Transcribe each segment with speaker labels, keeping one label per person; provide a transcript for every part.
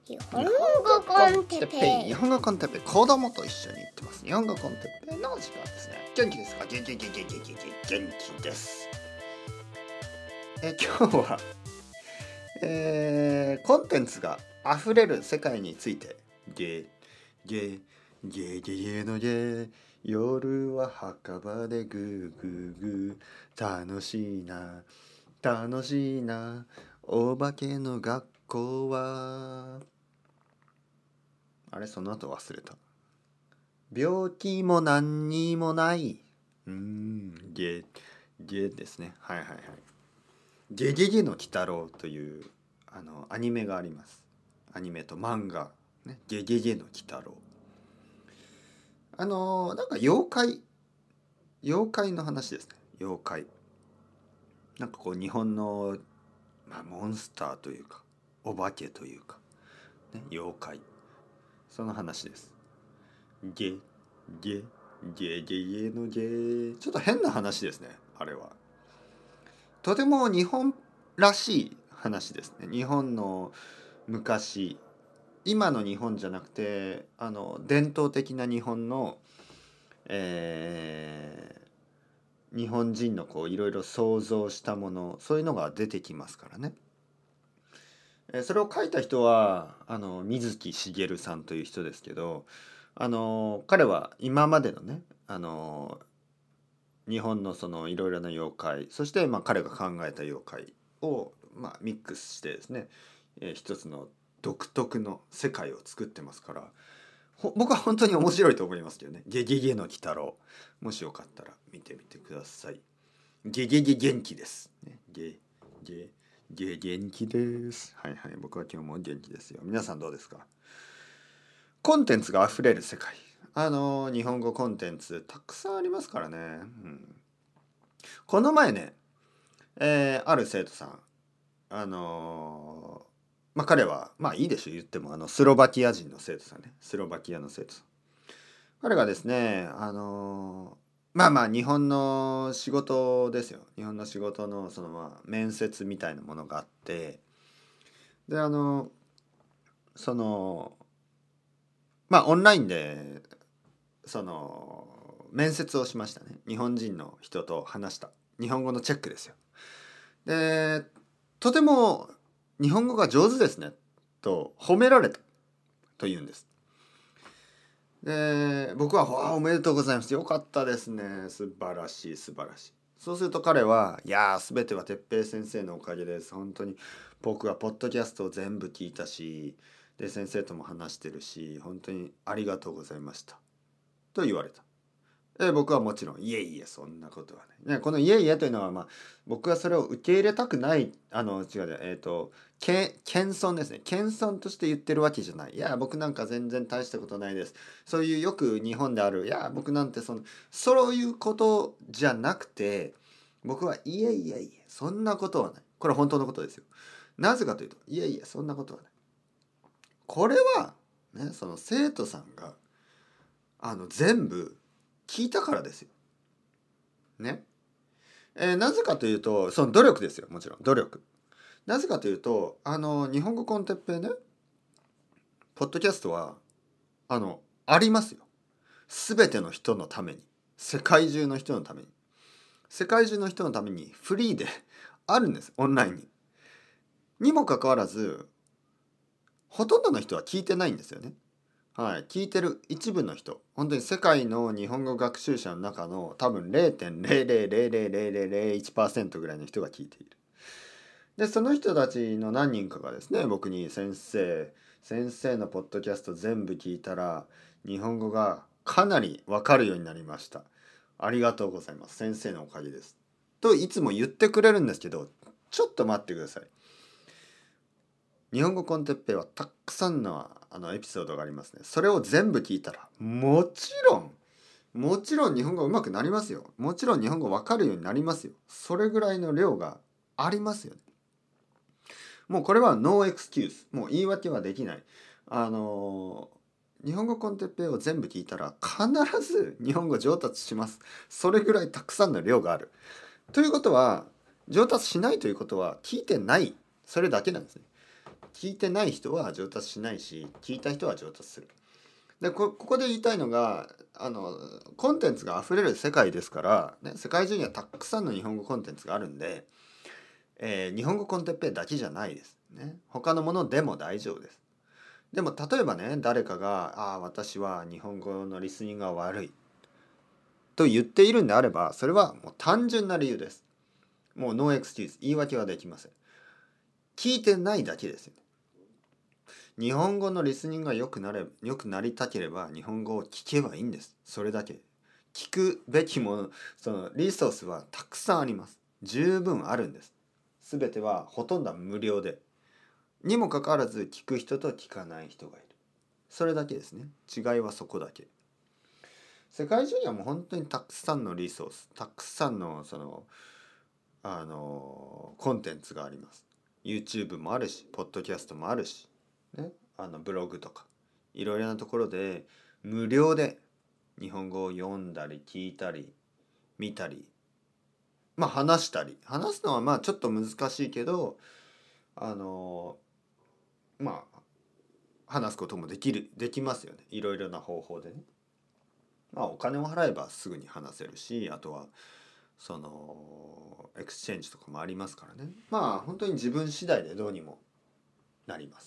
Speaker 1: 日本語コンテッペイ。
Speaker 2: 日本語コンテッペイ、子供と一緒に行ってます。日本語コンテッペイの時間ですね。元気ですか？元気です。今日は、コンテンツが溢れる世界についてゲのゲ、夜は墓場でグーグーグー、楽しいなお化けの学校は。あれ、その後忘れた。病気も何にもない。ゲですね。はい。ゲの鬼太郎というアニメがあります。アニメと漫画ね。ゲの鬼太郎。なんか妖怪の話ですね。妖怪。なんかこう日本の、モンスターというかお化けというか、ね、妖怪。その話です。ゲのゲ。ちょっと変な話ですね。あれは。とても日本らしい話ですね。日本の昔、今の日本じゃなくて、伝統的な日本の、日本人のこういろいろ想像したもの、そういうのが出てきますからね。それを書いた人は水木しげるさんという人ですけど、彼は今までのね、日本のそのいろいろな妖怪、そして彼が考えた妖怪をミックスしてですね、一つの独特の世界を作ってますから、僕は本当に面白いと思いますけどね。ゲの鬼太郎、もしよかったら見てみてください。ゲ元気です、ね、ゲ元気です。はい、僕は今日も元気ですよ。皆さんどうですか？コンテンツがあふれる世界。日本語コンテンツたくさんありますからね。この前ね、ある生徒さん、彼はいいでしょ言っても、スロバキア人の生徒さんね。スロバキアの生徒さん。彼がですね、日本の仕事ですよ。日本の仕事の面接みたいなものがあって、でオンラインで面接をしましたね。日本人の人と話した。日本語のチェックですよ。で、とても日本語が上手ですねと褒められたと言うんです。で、僕はおめでとうございます。よかったですね。素晴らしい。そうすると彼は、いやー、すべては哲平先生のおかげです。本当に僕はポッドキャストを全部聞いたし、で先生とも話してるし、本当にありがとうございましたと言われた。僕はもちろんいえそんなことはね。このいえというのは僕はそれを受け入れたくない謙遜ですね。謙遜として言ってるわけじゃない。いや僕なんか全然大したことないです。そういうよく日本であるいや僕なんてそういうことじゃなくて、僕はいえそんなことはない。これは本当のことですよ。なぜかというといえそんなことはない。これはねその生徒さんが全部聞いたからですよ。ね。なぜかというと、その努力ですよ。もちろん努力。なぜかというと、日本語コンテッペイね、ポッドキャストはありますよ。すべての人のために、世界中の人のためにフリーであるんです。オンラインに。にもかかわらず、ほとんどの人は聞いてないんですよね。聞いてる一部の人、本当に世界の日本語学習者の中の多分 0.0000001% ぐらいの人が聞いている。でその人たちの何人かがですね、僕に先生のポッドキャスト全部聞いたら日本語がかなり分かるようになりました。ありがとうございます。先生のおかげです。といつも言ってくれるんですけど、ちょっと待ってください。日本語コンテッペイはたくさんのエピソードがありますね。それを全部聞いたらもちろん日本語上手くなりますよ。もちろん日本語分かるようになりますよ。それぐらいの量がありますよね。もうこれはノーエクスキューズ。もう言い訳はできない。日本語コンテッペイを全部聞いたら必ず日本語上達します。それぐらいたくさんの量がある。ということは上達しないということは聞いてない。それだけなんですね。 聞いてない人は上達しないし、聞いた人は上達する。でここで言いたいのがコンテンツが溢れる世界ですから、ね、世界中にはたくさんの日本語コンテンツがあるんで、日本語コンテッペイだけじゃないです、ね、他のものでも大丈夫です。でも例えばね、誰かが私は日本語のリスニングが悪いと言っているんであれば、それはもう単純な理由です。もうノーエクスキューズ、言い訳はできません。聞いてないだけですよね。日本語のリスニングが良くなりたければ日本語を聞けばいいんです。それだけ。聞くべきもの、そのリソースはたくさんあります。十分あるんです。すべてはほとんどは無料で。にもかかわらず聞く人と聞かない人がいる。それだけですね。違いはそこだけ。世界中にはもう本当にたくさんのリソース、たくさんのコンテンツがあります。YouTube もあるし、ポッドキャストもあるし、ね、ブログとかいろいろなところで無料で日本語を読んだり聞いたり見たり、話したり、話すのはちょっと難しいけど話すこともできますよね。いろいろな方法でね。お金を払えばすぐに話せるし、あとはエクスチェンジとかもありますからね。本当に自分次第でどうにもなります。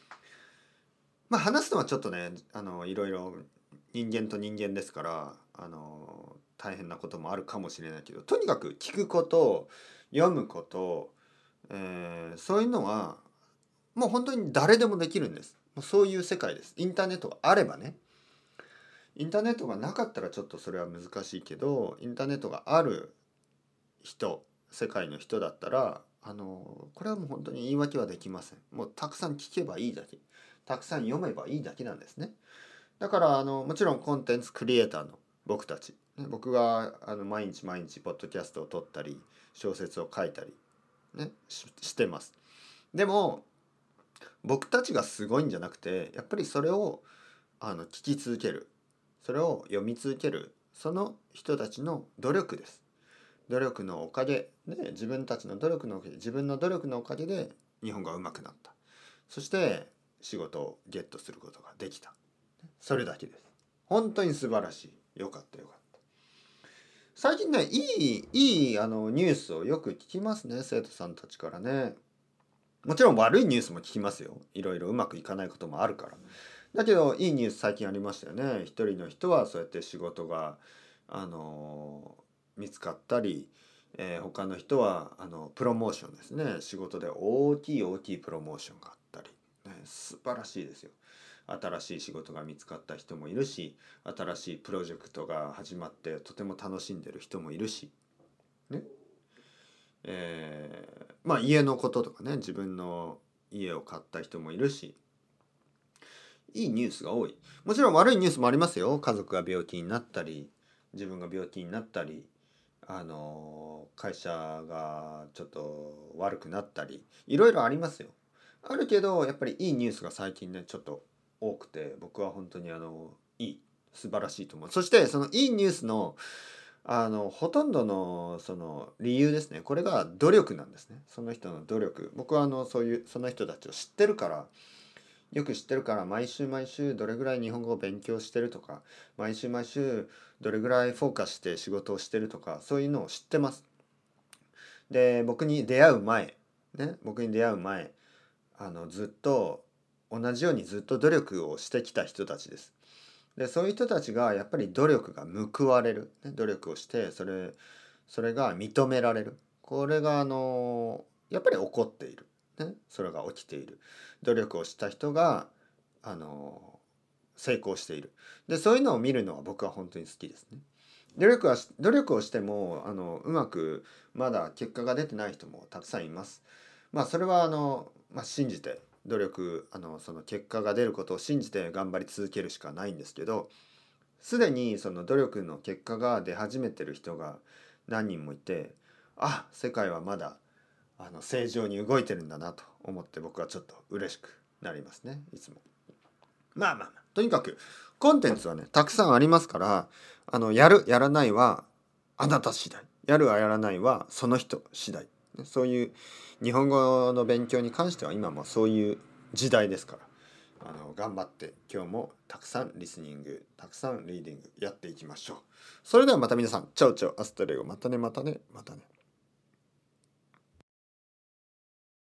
Speaker 2: 話すのはちょっとね、いろいろ人間と人間ですから大変なこともあるかもしれないけど、とにかく聞くこと読むこと、そういうのはもう本当に誰でもできるんです。そういう世界です。インターネットがあればね。インターネットがなかったらちょっとそれは難しいけど、インターネットがある人、世界の人だったらこれはもう本当に言い訳はできません。もうたくさん聞けばいいだけ、たくさん読めばいいだけなんですね。だからもちろんコンテンツクリエイターの僕たち、僕が毎日毎日ポッドキャストを撮ったり小説を書いたり、してます。でも僕たちがすごいんじゃなくて、やっぱりそれを聞き続ける、それを読み続ける、その人たちの努力です。努力のおかげで、自分たちの努力のおかげ、自分の努力のおかげで日本語が上手くなった。そして仕事をゲットすることができた。それだけです。本当に素晴らしい。よかったよかった。最近ね、いいニュースをよく聞きますね、生徒さんたちからね。もちろん悪いニュースも聞きますよ。いろいろうまくいかないこともあるから。だけどいいニュース最近ありましたよね。一人の人はそうやって仕事が見つかったり、他の人はプロモーションですね。仕事で大きいプロモーションがあったり、素晴らしいですよ。新しい仕事が見つかった人もいるし、新しいプロジェクトが始まってとても楽しんでる人もいるし、ね、家のこととかね、自分の家を買った人もいるし、いいニュースが多い。もちろん悪いニュースもありますよ。家族が病気になったり、自分が病気になったり、会社がちょっと悪くなったり、いろいろありますよ。あるけどやっぱりいいニュースが最近ねちょっと多くて、僕は本当に素晴らしいと思う。そしてそのいいニュースのほとんどのその理由ですね。これが努力なんですね。その人の努力。僕はその人たちを知ってるから、よく知ってるから、毎週毎週どれぐらい日本語を勉強してるとか、毎週毎週どれぐらいフォーカスして仕事をしてるとか、そういうのを知ってます。で、僕に出会う前、ずっと同じようにずっと努力をしてきた人たちです。で、そういう人たちがやっぱり努力が報われる、努力をしてそれが認められる。これがやっぱり起こっている、それが起きている。努力をした人が成功している。で、そういうのを見るのは僕は本当に好きですね。努力をしてもうまくまだ結果が出てない人もたくさんいます。それは信じて努力その結果が出ることを信じて頑張り続けるしかないんですけど、すでにその努力の結果が出始めてる人が何人もいて、世界はまだ正常に動いてるんだなと思って、僕はちょっと嬉しくなりますね、いつも。とにかくコンテンツはねたくさんありますから、やるやらないはあなた次第、やるやらないはその人次第、そういう日本語の勉強に関しては今もそういう時代ですから、頑張って今日もたくさんリスニング、たくさんリーディングやっていきましょう。それではまた皆さん、チャオチャオ、アスタレゴ、またねまたねまたね。